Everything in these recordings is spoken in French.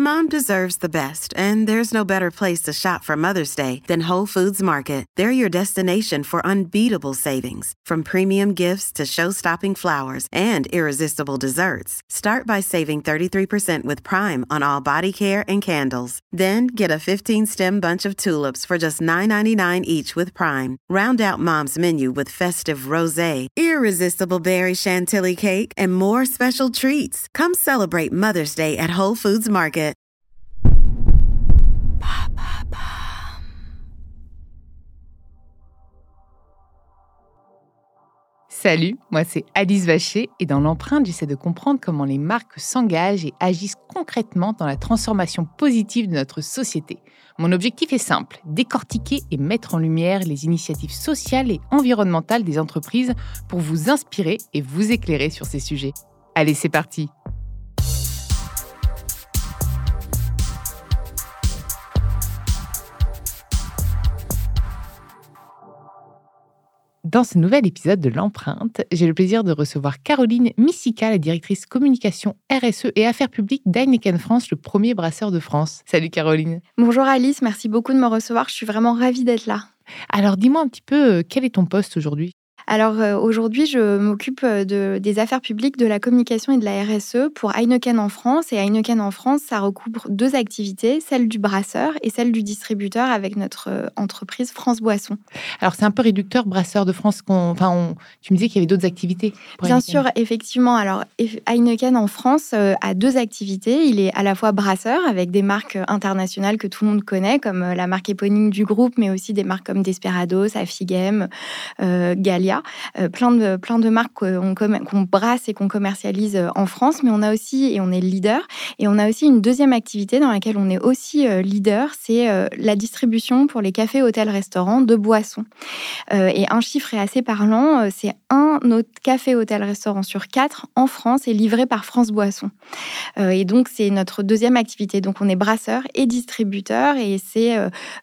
Mom deserves the best, and there's no better place to shop for Mother's Day than Whole Foods Market. They're your destination for unbeatable savings, from premium gifts to show-stopping flowers and irresistible desserts. Start by saving 33% with Prime on all body care and candles. Then get a 15-stem bunch of tulips for just $9.99 each with Prime. Round out Mom's menu with festive rosé, irresistible berry chantilly cake, and more special treats. Come celebrate Mother's Day at Whole Foods Market. Salut, moi c'est Alice Vacher et dans l'empreinte, j'essaie de comprendre comment les marques s'engagent et agissent concrètement dans la transformation positive de notre société. Mon objectif est simple, décortiquer et mettre en lumière les initiatives sociales et environnementales des entreprises pour vous inspirer et vous éclairer sur ces sujets. Allez, c'est parti! Dans ce nouvel épisode de l'Empreinte, j'ai le plaisir de recevoir Caroline Misica, la directrice communication RSE et affaires publiques d'Heineken France, le premier brasseur de France. Salut Caroline. Bonjour Alice, merci beaucoup de me recevoir, je suis vraiment ravie d'être là. Alors dis-moi un petit peu, quel est ton poste aujourd'hui ? Alors aujourd'hui, je m'occupe des affaires publiques, de la communication et de la RSE pour Heineken en France. Et Heineken en France, ça recouvre 2 activités, celle du brasseur et celle du distributeur avec notre entreprise France Boisson. Alors c'est un peu réducteur, brasseur de France. Tu me disais qu'il y avait d'autres activités. Bien sûr, effectivement. Alors Heineken en France a 2 activités. Il est à la fois brasseur avec des marques internationales que tout le monde connaît, comme la marque éponyme du groupe, mais aussi des marques comme Desperados, Affligem, Gallia. Plein de marques qu'on brasse et qu'on commercialise en France, mais on a aussi, et on est leader, et on a aussi une deuxième activité dans laquelle on est aussi leader, c'est la distribution pour les cafés, hôtels, restaurants de boissons. Et un chiffre est assez parlant, c'est un autre café, hôtel, restaurant sur 4 en France est livré par France Boisson. Et donc, c'est notre deuxième activité. Donc, on est brasseur et distributeur, et c'est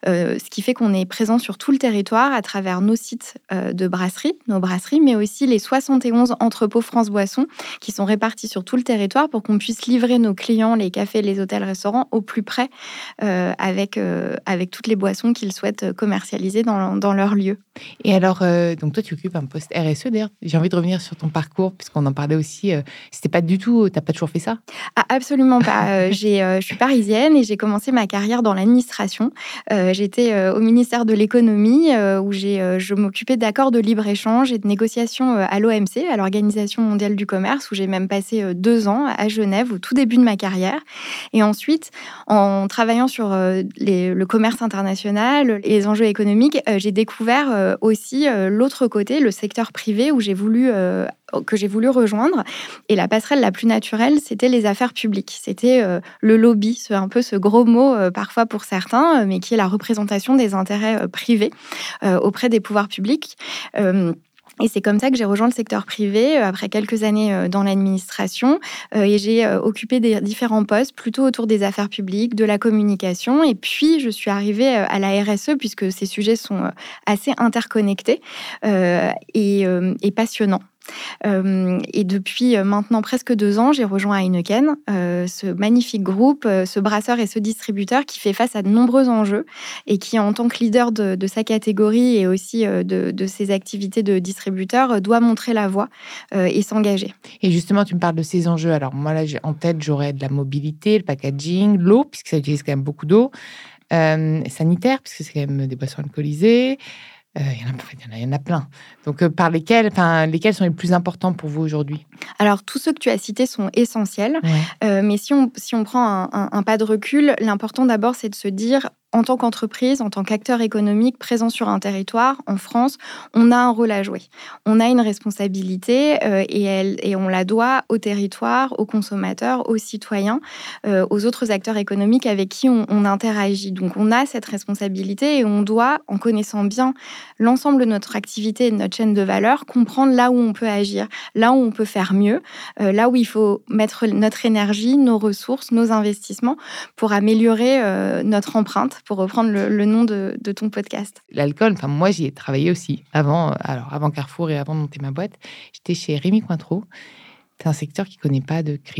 ce qui fait qu'on est présent sur tout le territoire à travers nos sites de brasserie, nos brasseries, mais aussi les 71 entrepôts France Boisson qui sont répartis sur tout le territoire pour qu'on puisse livrer nos clients, les cafés, les hôtels, restaurants, au plus près avec toutes les boissons qu'ils souhaitent commercialiser dans leur lieu. Et alors, donc toi, tu occupes un poste RSE, d'ailleurs. J'ai envie de revenir sur ton parcours, puisqu'on en parlait aussi. C'était pas du tout, t'as pas toujours fait ça ? Ah, absolument pas. Je suis parisienne et j'ai commencé ma carrière dans l'administration. J'étais au ministère de l'économie où je m'occupais d'accords de libre-échange et de négociations à l'OMC, à l'Organisation mondiale du commerce, où j'ai même passé 2 ans à Genève au tout début de ma carrière. Et ensuite, en travaillant sur le commerce international, les enjeux économiques, j'ai découvert aussi l'autre côté, le secteur privé, que j'ai voulu rejoindre. Et la passerelle la plus naturelle, c'était les affaires publiques. C'était le lobby, c'est un peu ce gros mot parfois pour certains, mais qui est la représentation des intérêts privés auprès des pouvoirs publics. Et c'est comme ça que j'ai rejoint le secteur privé après quelques années dans l'administration et j'ai occupé des différents postes plutôt autour des affaires publiques, de la communication, et puis je suis arrivée à la RSE puisque ces sujets sont assez interconnectés et passionnants. Et depuis maintenant presque 2 ans, j'ai rejoint Heineken, ce magnifique groupe, ce brasseur et ce distributeur qui fait face à de nombreux enjeux et qui, en tant que leader de sa catégorie et aussi de ses activités de distributeur, doit montrer la voie et s'engager. Et justement, tu me parles de ces enjeux. Alors moi, là, en tête, j'aurais de la mobilité, le packaging, l'eau, puisque ça utilise quand même beaucoup d'eau, sanitaire, puisque c'est quand même des boissons alcoolisées. Il y en a plein. Donc, par lesquels sont les plus importants pour vous aujourd'hui ? Alors, tous ceux que tu as cités sont essentiels. Ouais. Mais si on prend un pas de recul, l'important d'abord, c'est de se dire, en tant qu'entreprise, en tant qu'acteur économique présent sur un territoire, en France, on a un rôle à jouer. On a une responsabilité et on la doit au territoire, aux consommateurs, aux citoyens, aux autres acteurs économiques avec qui on interagit. Donc, on a cette responsabilité et on doit, en connaissant bien l'ensemble de notre activité et de notre chaîne de valeur, comprendre là où on peut agir, là où on peut faire mieux, là où il faut mettre notre énergie, nos ressources, nos investissements pour améliorer notre empreinte, pour reprendre le nom de ton podcast. L'alcool, moi j'y ai travaillé aussi. Avant Carrefour et avant de monter ma boîte, j'étais chez Rémy Cointreau. C'est un secteur qui ne connaît pas de crise.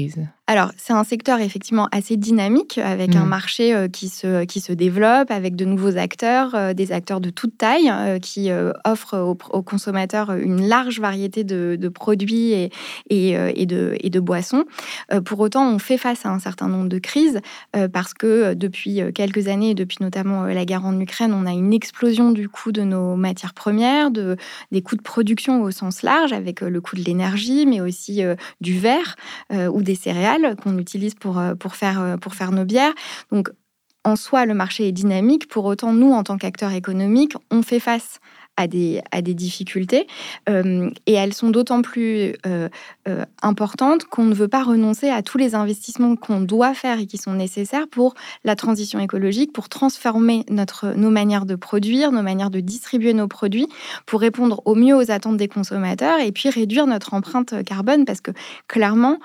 Alors, c'est un secteur effectivement assez dynamique, avec un marché qui se développe, avec de nouveaux acteurs, des acteurs de toute taille, qui offrent aux consommateurs une large variété de produits et de boissons. Pour autant, on fait face à un certain nombre de crises, parce que depuis quelques années, et depuis notamment la guerre en Ukraine, on a une explosion du coût de nos matières premières, des coûts de production au sens large, avec le coût de l'énergie, mais aussi du verre ou des céréales qu'on utilise pour faire nos bières. Donc, en soi, le marché est dynamique. Pour autant, nous, en tant qu'acteurs économiques, on fait face à des difficultés, et elles sont d'autant plus importantes qu'on ne veut pas renoncer à tous les investissements qu'on doit faire et qui sont nécessaires pour la transition écologique, pour transformer nos manières de produire, nos manières de distribuer nos produits, pour répondre au mieux aux attentes des consommateurs et puis réduire notre empreinte carbone, parce que clairement,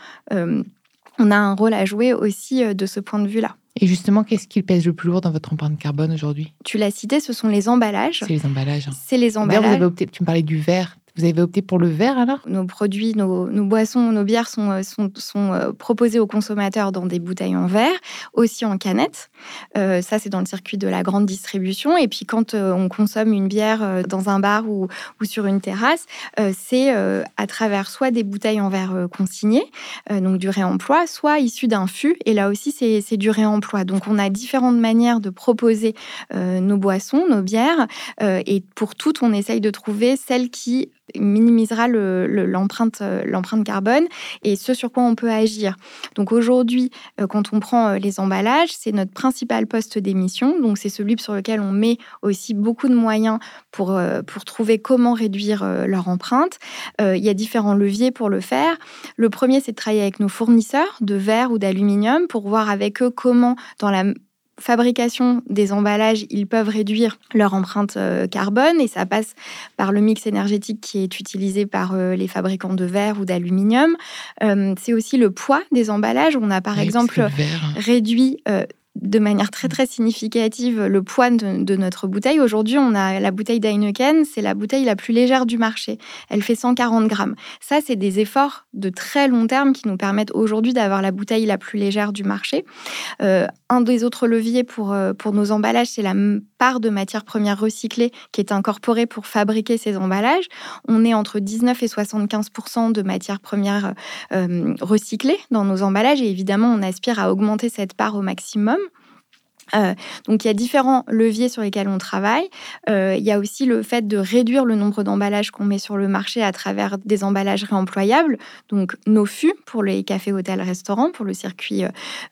on a un rôle à jouer aussi de ce point de vue-là. Et justement, qu'est-ce qui pèse le plus lourd dans votre empreinte carbone aujourd'hui ? Tu l'as cité, ce sont les emballages. C'est les emballages. C'est les emballages. D'ailleurs, tu me parlais du verre. Vous avez opté pour le verre alors ? Nos produits, nos boissons, nos bières sont proposés aux consommateurs dans des bouteilles en verre, aussi en canettes. Ça, c'est dans le circuit de la grande distribution. Et puis, quand on consomme une bière dans un bar ou sur une terrasse, c'est à travers soit des bouteilles en verre consignées, donc du réemploi, soit issues d'un fût. Et là aussi, c'est du réemploi. Donc, on a différentes manières de proposer nos boissons, nos bières. Et pour toutes, on essaye de trouver celle qui minimisera l'empreinte carbone et ce sur quoi on peut agir. Donc aujourd'hui, quand on prend les emballages, c'est notre principal poste d'émission. Donc c'est celui sur lequel on met aussi beaucoup de moyens pour trouver comment réduire leur empreinte. Il y a différents leviers pour le faire. Le premier, c'est de travailler avec nos fournisseurs de verre ou d'aluminium pour voir avec eux comment, dans la fabrication des emballages, ils peuvent réduire leur empreinte carbone, et ça passe par le mix énergétique qui est utilisé par les fabricants de verre ou d'aluminium. C'est aussi le poids des emballages. On a par exemple réduit de manière très très significative le poids de notre bouteille. Aujourd'hui, on a la bouteille d'Heineken, c'est la bouteille la plus légère du marché. Elle fait 140 grammes. Ça, c'est des efforts de très long terme qui nous permettent aujourd'hui d'avoir la bouteille la plus légère du marché. Un des autres leviers pour nos emballages, c'est la part de matières premières recyclées qui est incorporée pour fabriquer ces emballages. On est entre 19 et 75% de matières premières recyclées dans nos emballages, et évidemment, on aspire à augmenter cette part au maximum. Donc, il y a différents leviers sur lesquels on travaille. Il y a aussi le fait de réduire le nombre d'emballages qu'on met sur le marché à travers des emballages réemployables. Donc, nos fûts pour les cafés, hôtels, restaurants, pour ce circuit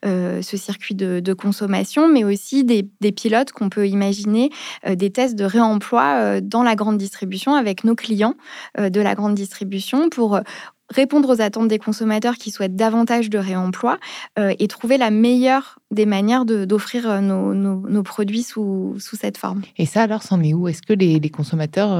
de consommation, mais aussi des pilotes qu'on peut imaginer, des tests de réemploi dans la grande distribution avec nos clients de la grande distribution pour répondre aux attentes des consommateurs qui souhaitent davantage de réemploi et trouver la meilleure des manières d'offrir nos produits sous cette forme. Et ça, alors, c'en est où ? Est-ce que les consommateurs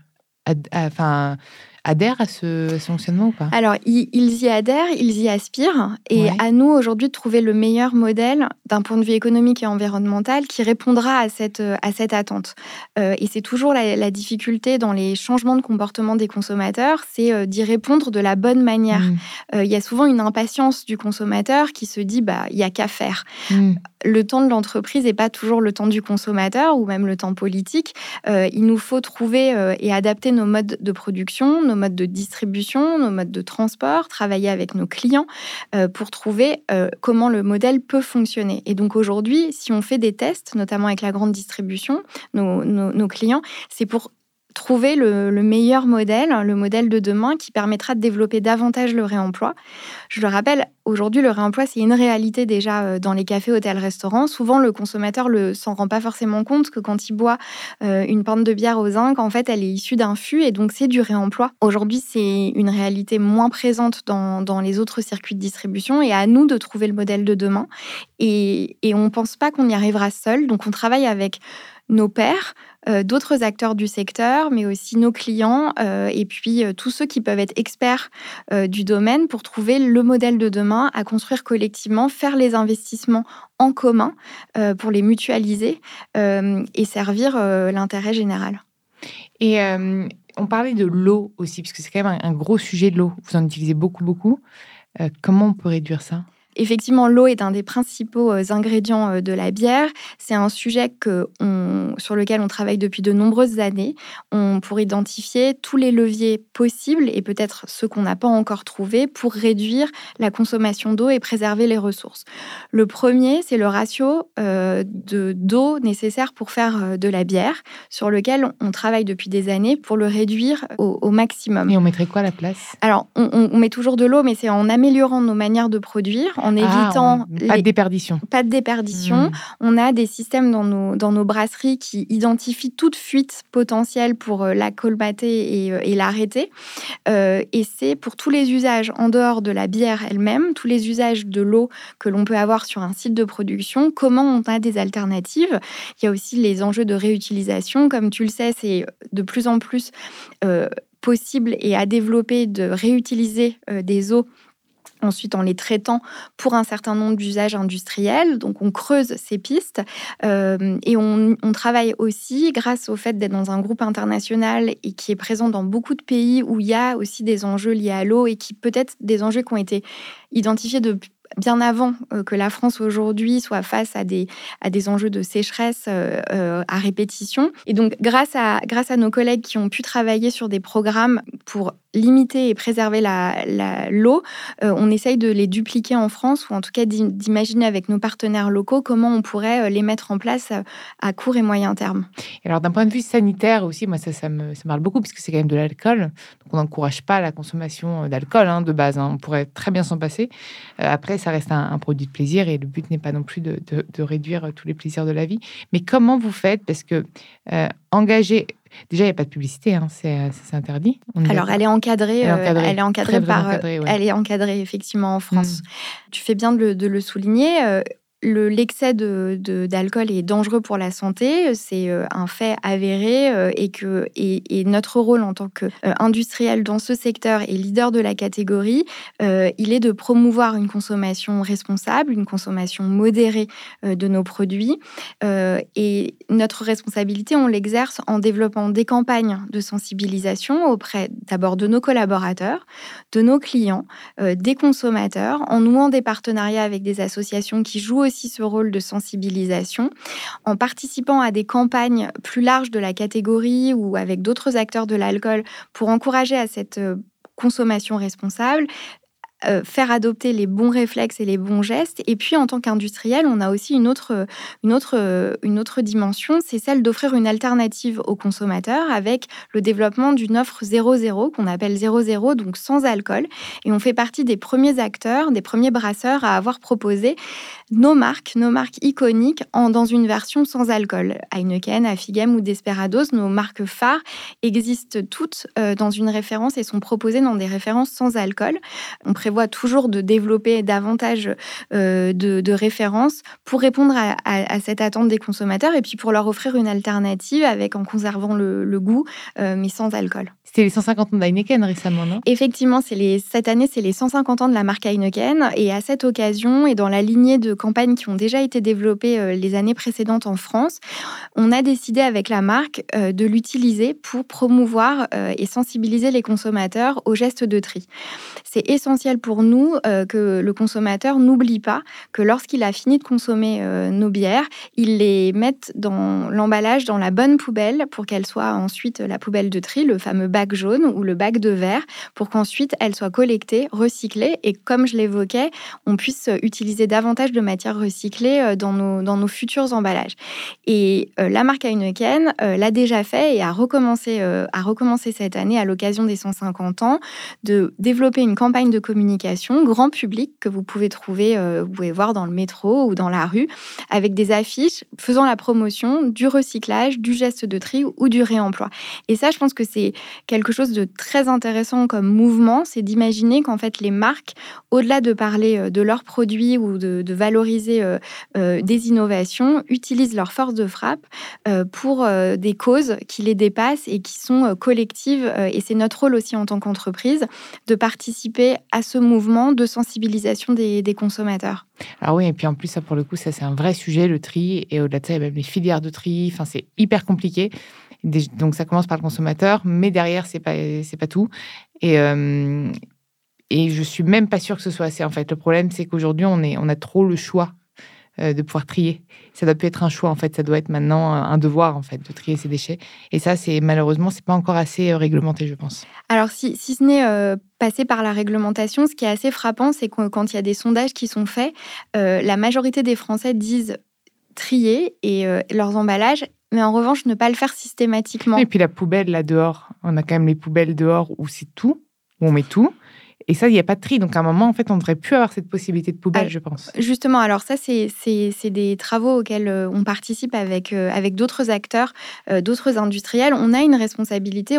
adhèrent à ce fonctionnement ou pas ? Alors, ils y adhèrent, ils y aspirent. Et à nous, aujourd'hui, de trouver le meilleur modèle d'un point de vue économique et environnemental qui répondra à cette attente. Et c'est toujours la difficulté dans les changements de comportement des consommateurs, c'est d'y répondre de la bonne manière. Il y a souvent une impatience du consommateur qui se dit il n'y a qu'à faire. Le temps de l'entreprise n'est pas toujours le temps du consommateur ou même le temps politique. Il nous faut trouver et adapter nos modes de production, nos modes de distribution, nos modes de transport, travailler avec nos clients pour trouver comment le modèle peut fonctionner. Et donc aujourd'hui, si on fait des tests, notamment avec la grande distribution, nos clients, c'est pour trouver le meilleur modèle, le modèle de demain qui permettra de développer davantage le réemploi. Je le rappelle, aujourd'hui, le réemploi, c'est une réalité déjà dans les cafés, hôtels, restaurants. Souvent, le consommateur ne s'en rend pas forcément compte que quand il boit une pinte de bière au zinc, en fait, elle est issue d'un fût et donc c'est du réemploi. Aujourd'hui, c'est une réalité moins présente dans les autres circuits de distribution et à nous de trouver le modèle de demain. Et on ne pense pas qu'on y arrivera seul. Donc, on travaille avec nos pairs, d'autres acteurs du secteur, mais aussi nos clients et puis tous ceux qui peuvent être experts du domaine pour trouver le modèle de demain à construire collectivement, faire les investissements en commun pour les mutualiser et servir l'intérêt général. Et on parlait de l'eau aussi, parce que c'est quand même un gros sujet de l'eau. Vous en utilisez beaucoup. Comment on peut réduire ça ? Effectivement, l'eau est un des principaux ingrédients de la bière. C'est un sujet sur lequel on travaille depuis de nombreuses années. Pour identifier tous les leviers possibles et peut-être ceux qu'on n'a pas encore trouvés pour réduire la consommation d'eau et préserver les ressources. Le premier, c'est le ratio d'eau nécessaire pour faire de la bière, sur lequel on travaille depuis des années pour le réduire au maximum. Et on mettrait quoi à la place ? Alors, on met toujours de l'eau, mais c'est en améliorant nos manières de produire, en évitant... Pas de déperdition. Pas de déperdition. On a des systèmes dans nos brasseries qui identifient toute fuite potentielle pour la colmater et l'arrêter. Et c'est pour tous les usages en dehors de la bière elle-même, tous les usages de l'eau que l'on peut avoir sur un site de production, comment on a des alternatives. Il y a aussi les enjeux de réutilisation. Comme tu le sais, c'est de plus en plus possible et à développer de réutiliser des eaux ensuite en les traitant pour un certain nombre d'usages industriels. Donc, on creuse ces pistes et on travaille aussi, grâce au fait d'être dans un groupe international et qui est présent dans beaucoup de pays où il y a aussi des enjeux liés à l'eau et qui peut-être des enjeux qui ont été identifiés bien avant que la France aujourd'hui soit face à des enjeux de sécheresse à répétition. Et donc, grâce à nos collègues qui ont pu travailler sur des programmes pour limiter et préserver l'eau, on essaye de les dupliquer en France, ou en tout cas d'imaginer avec nos partenaires locaux comment on pourrait les mettre en place à court et moyen terme. Et alors, d'un point de vue sanitaire aussi, moi, ça me parle beaucoup, puisque c'est quand même de l'alcool. Donc, on n'encourage pas la consommation d'alcool de base. On pourrait très bien s'en passer. Après, ça reste un produit de plaisir et le but n'est pas non plus de réduire tous les plaisirs de la vie. Mais comment vous faites ? Parce que engager... Déjà, il n'y a pas de publicité, c'est interdit. Alors, elle est encadrée. Elle est encadrée Elle est encadrée, effectivement, en France. Tu fais bien de le souligner. L'excès d'alcool est dangereux pour la santé, c'est un fait avéré et notre rôle en tant qu'industriel dans ce secteur et leader de la catégorie, il est de promouvoir une consommation responsable, une consommation modérée de nos produits. Et notre responsabilité, on l'exerce en développant des campagnes de sensibilisation auprès d'abord de nos collaborateurs, de nos clients, des consommateurs, en nouant des partenariats avec des associations qui jouent aussi ce rôle de sensibilisation, en participant à des campagnes plus larges de la catégorie ou avec d'autres acteurs de l'alcool pour encourager à cette consommation responsable, faire adopter les bons réflexes et les bons gestes. Et puis, en tant qu'industriel, on a aussi une autre dimension, c'est celle d'offrir une alternative aux consommateurs avec le développement d'une offre 0-0, qu'on appelle 0-0, donc sans alcool. Et on fait partie des premiers acteurs, des premiers brasseurs à avoir proposé nos marques iconiques dans une version sans alcool. Heineken, Affligem ou Desperados, nos marques phares existent toutes dans une référence et sont proposées dans des références sans alcool. On prévoit toujours de développer davantage de références pour répondre à cette attente des consommateurs et puis pour leur offrir une alternative en conservant le goût, mais sans alcool. C'était les 150 ans d'Heineken récemment, non ? Effectivement, cette année, c'est les 150 ans de la marque Heineken. Et à cette occasion, et dans la lignée de campagnes qui ont déjà été développées les années précédentes en France, on a décidé avec la marque de l'utiliser pour promouvoir et sensibiliser les consommateurs aux gestes de tri. C'est essentiel pour nous que le consommateur n'oublie pas que lorsqu'il a fini de consommer nos bières, il les mette dans l'emballage, dans la bonne poubelle, pour qu'elle soit ensuite la poubelle de tri, le fameux bac jaune ou le bac de verre, pour qu'ensuite elle soit collectée, recyclée et comme je l'évoquais, on puisse utiliser davantage de matières recyclées dans nos futurs emballages. Et la marque Heineken l'a déjà fait et a recommencé cette année à l'occasion des 150 ans de développer une campagne de communication grand public que vous pouvez voir dans le métro ou dans la rue avec des affiches faisant la promotion du recyclage, du geste de tri ou du réemploi. Et ça, je pense que c'est quelque chose de très intéressant comme mouvement, c'est d'imaginer qu'en fait les marques, au-delà de parler de leurs produits ou de valoriser des innovations, utilisent leur force de frappe pour des causes qui les dépassent et qui sont collectives. Et c'est notre rôle aussi en tant qu'entreprise de participer à ce mouvement de sensibilisation des consommateurs. Alors oui, et puis en plus, ça pour le coup, ça c'est un vrai sujet, le tri, et au-delà de ça, il y a même les filières de tri, enfin c'est hyper compliqué. Donc ça commence par le consommateur, mais derrière, c'est pas tout. Et Et je suis même pas sûre que ce soit assez. En fait, le problème, c'est qu'aujourd'hui, on a trop le choix de pouvoir trier. Ça doit plus être un choix, en fait. Ça doit être maintenant un devoir, en fait, de trier ces déchets. Et ça, malheureusement, c'est pas encore assez réglementé, je pense. Alors, si ce n'est passé par la réglementation, ce qui est assez frappant, c'est que quand il y a des sondages qui sont faits, la majorité des Français disent trier et leurs emballages, mais en revanche, ne pas le faire systématiquement. Et puis la poubelle, là, dehors, on a quand même les poubelles dehors où c'est tout, où on met tout. Et ça, il n'y a pas de tri. Donc, à un moment, en fait, on devrait plus avoir cette possibilité de poubelle, je pense. Justement, alors ça, c'est des travaux auxquels on participe avec d'autres acteurs, d'autres industriels. On a une responsabilité,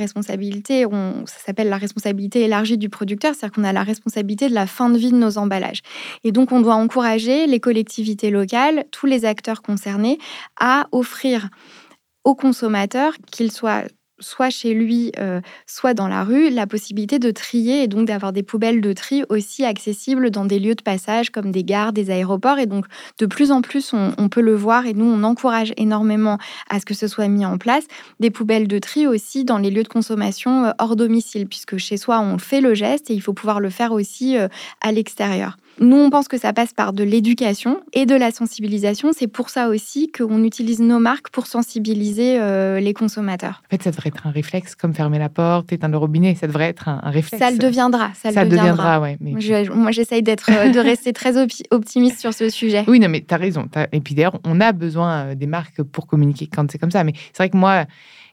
ça s'appelle la responsabilité élargie du producteur, c'est-à-dire qu'on a la responsabilité de la fin de vie de nos emballages. Et donc, on doit encourager les collectivités locales, tous les acteurs concernés, à offrir aux consommateurs, qu'ils soient soit chez lui, soit dans la rue, la possibilité de trier et donc d'avoir des poubelles de tri aussi accessibles dans des lieux de passage comme des gares, des aéroports. Et donc, de plus en plus, on peut le voir et nous, on encourage énormément à ce que ce soit mis en place. Des poubelles de tri aussi dans les lieux de consommation hors domicile, puisque chez soi, on fait le geste et il faut pouvoir le faire aussi à l'extérieur. Nous, on pense que ça passe par de l'éducation et de la sensibilisation. C'est pour ça aussi qu'on utilise nos marques pour sensibiliser les consommateurs. En fait, ça devrait être un réflexe, comme fermer la porte, éteindre le robinet. Ça devrait être un réflexe. Ça le deviendra. Ça le deviendra, ouais. Mais... Moi, j'essaye de rester très optimiste sur ce sujet. Oui, non, mais tu as raison. Et puis d'ailleurs, on a besoin des marques pour communiquer quand c'est comme ça. Mais c'est vrai que moi...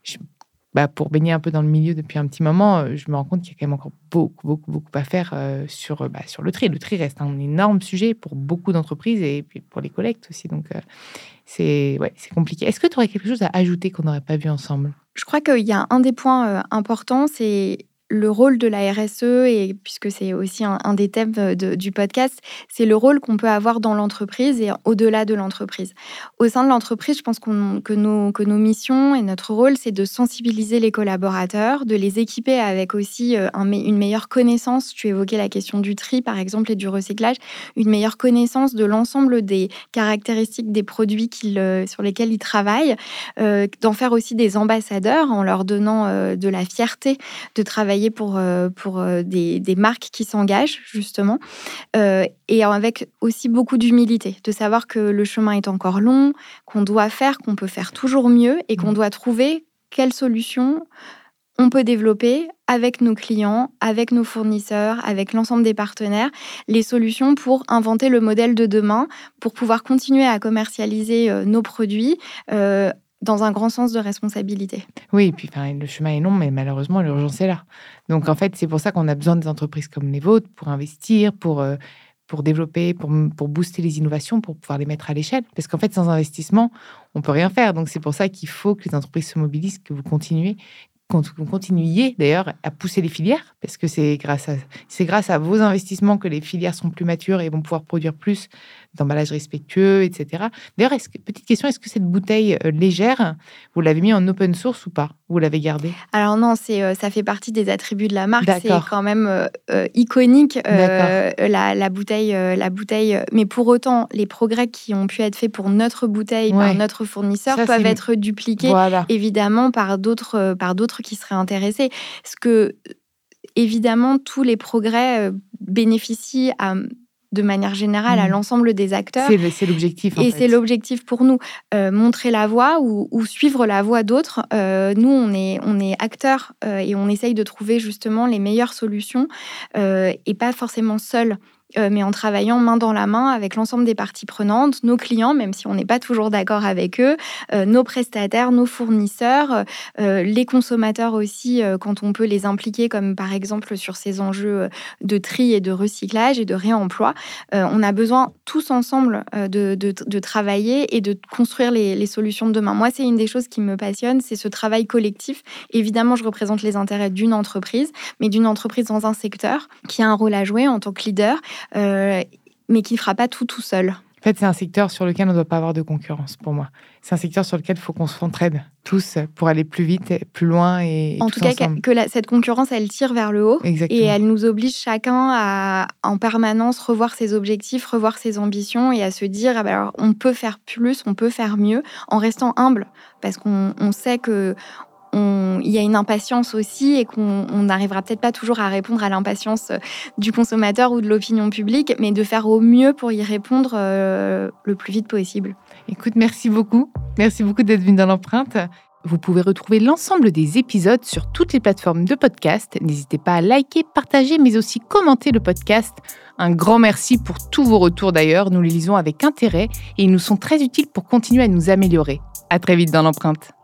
pour baigner un peu dans le milieu depuis un petit moment, je me rends compte qu'il y a quand même encore beaucoup à faire sur le tri. Le tri reste un énorme sujet pour beaucoup d'entreprises et puis pour les collectes aussi. Donc, c'est compliqué. Est-ce que tu aurais quelque chose à ajouter qu'on n'aurait pas vu ensemble ? Je crois qu'il y a un des points importants, c'est le rôle de la RSE, et puisque c'est aussi un des thèmes du podcast, c'est le rôle qu'on peut avoir dans l'entreprise et au-delà de l'entreprise. Au sein de l'entreprise, je pense que nos missions et notre rôle, c'est de sensibiliser les collaborateurs, de les équiper avec aussi une meilleure connaissance. Tu évoquais la question du tri, par exemple, et du recyclage, une meilleure connaissance de l'ensemble des caractéristiques des produits sur lesquels ils travaillent, d'en faire aussi des ambassadeurs en leur donnant de la fierté de travailler pour des marques qui s'engagent, justement, et avec aussi beaucoup d'humilité, de savoir que le chemin est encore long, qu'on doit faire, qu'on peut faire toujours mieux et qu'on doit trouver quelles solutions on peut développer avec nos clients, avec nos fournisseurs, avec l'ensemble des partenaires, les solutions pour inventer le modèle de demain, pour pouvoir continuer à commercialiser nos produits dans un grand sens de responsabilité. Oui, et puis le chemin est long, mais malheureusement, l'urgence est là. Donc, en fait, c'est pour ça qu'on a besoin des entreprises comme les vôtres pour investir, pour développer, pour booster les innovations, pour pouvoir les mettre à l'échelle. Parce qu'en fait, sans investissement, on ne peut rien faire. Donc, c'est pour ça qu'il faut que les entreprises se mobilisent, que vous continuiez d'ailleurs à pousser les filières, parce que c'est grâce à vos investissements que les filières sont plus matures et vont pouvoir produire plus d'emballages respectueux, etc. D'ailleurs, petite question, est-ce que cette bouteille légère, vous l'avez mis en open source ou pas ? Vous l'avez gardée ? Alors non, ça fait partie des attributs de la marque. D'accord. C'est quand même iconique, la bouteille. Mais pour autant, les progrès qui ont pu être faits pour notre bouteille, par notre fournisseur, peuvent être dupliqués, évidemment, par d'autres qui seraient intéressés. Parce que, évidemment, tous les progrès bénéficient de manière générale à l'ensemble des acteurs. C'est l'objectif. Et c'est l'objectif pour nous. Montrer la voie ou suivre la voie d'autres. Nous, on est acteurs et on essaye de trouver justement les meilleures solutions et pas forcément seuls. Mais en travaillant main dans la main avec l'ensemble des parties prenantes, nos clients, même si on n'est pas toujours d'accord avec eux, nos prestataires, nos fournisseurs, les consommateurs aussi, quand on peut les impliquer, comme par exemple sur ces enjeux de tri et de recyclage et de réemploi. On a besoin tous ensemble de travailler et de construire les solutions de demain. Moi, c'est une des choses qui me passionne, c'est ce travail collectif. Évidemment, je représente les intérêts d'une entreprise, mais d'une entreprise dans un secteur qui a un rôle à jouer en tant que leader, mais qui ne fera pas tout seul. En fait, c'est un secteur sur lequel on ne doit pas avoir de concurrence, pour moi. C'est un secteur sur lequel il faut qu'on s'entraide tous pour aller plus vite, plus loin et en tout cas, cette concurrence, elle tire vers le haut. Exactement. Et elle nous oblige chacun à, en permanence, revoir ses objectifs, revoir ses ambitions et à se dire, alors, on peut faire plus, on peut faire mieux, en restant humble, parce qu'on sait que il y a une impatience aussi et qu'on n'arrivera peut-être pas toujours à répondre à l'impatience du consommateur ou de l'opinion publique, mais de faire au mieux pour y répondre le plus vite possible. Écoute, merci beaucoup. Merci beaucoup d'être venu dans l'empreinte. Vous pouvez retrouver l'ensemble des épisodes sur toutes les plateformes de podcast. N'hésitez pas à liker, partager, mais aussi commenter le podcast. Un grand merci pour tous vos retours d'ailleurs. Nous les lisons avec intérêt et ils nous sont très utiles pour continuer à nous améliorer. À très vite dans l'empreinte.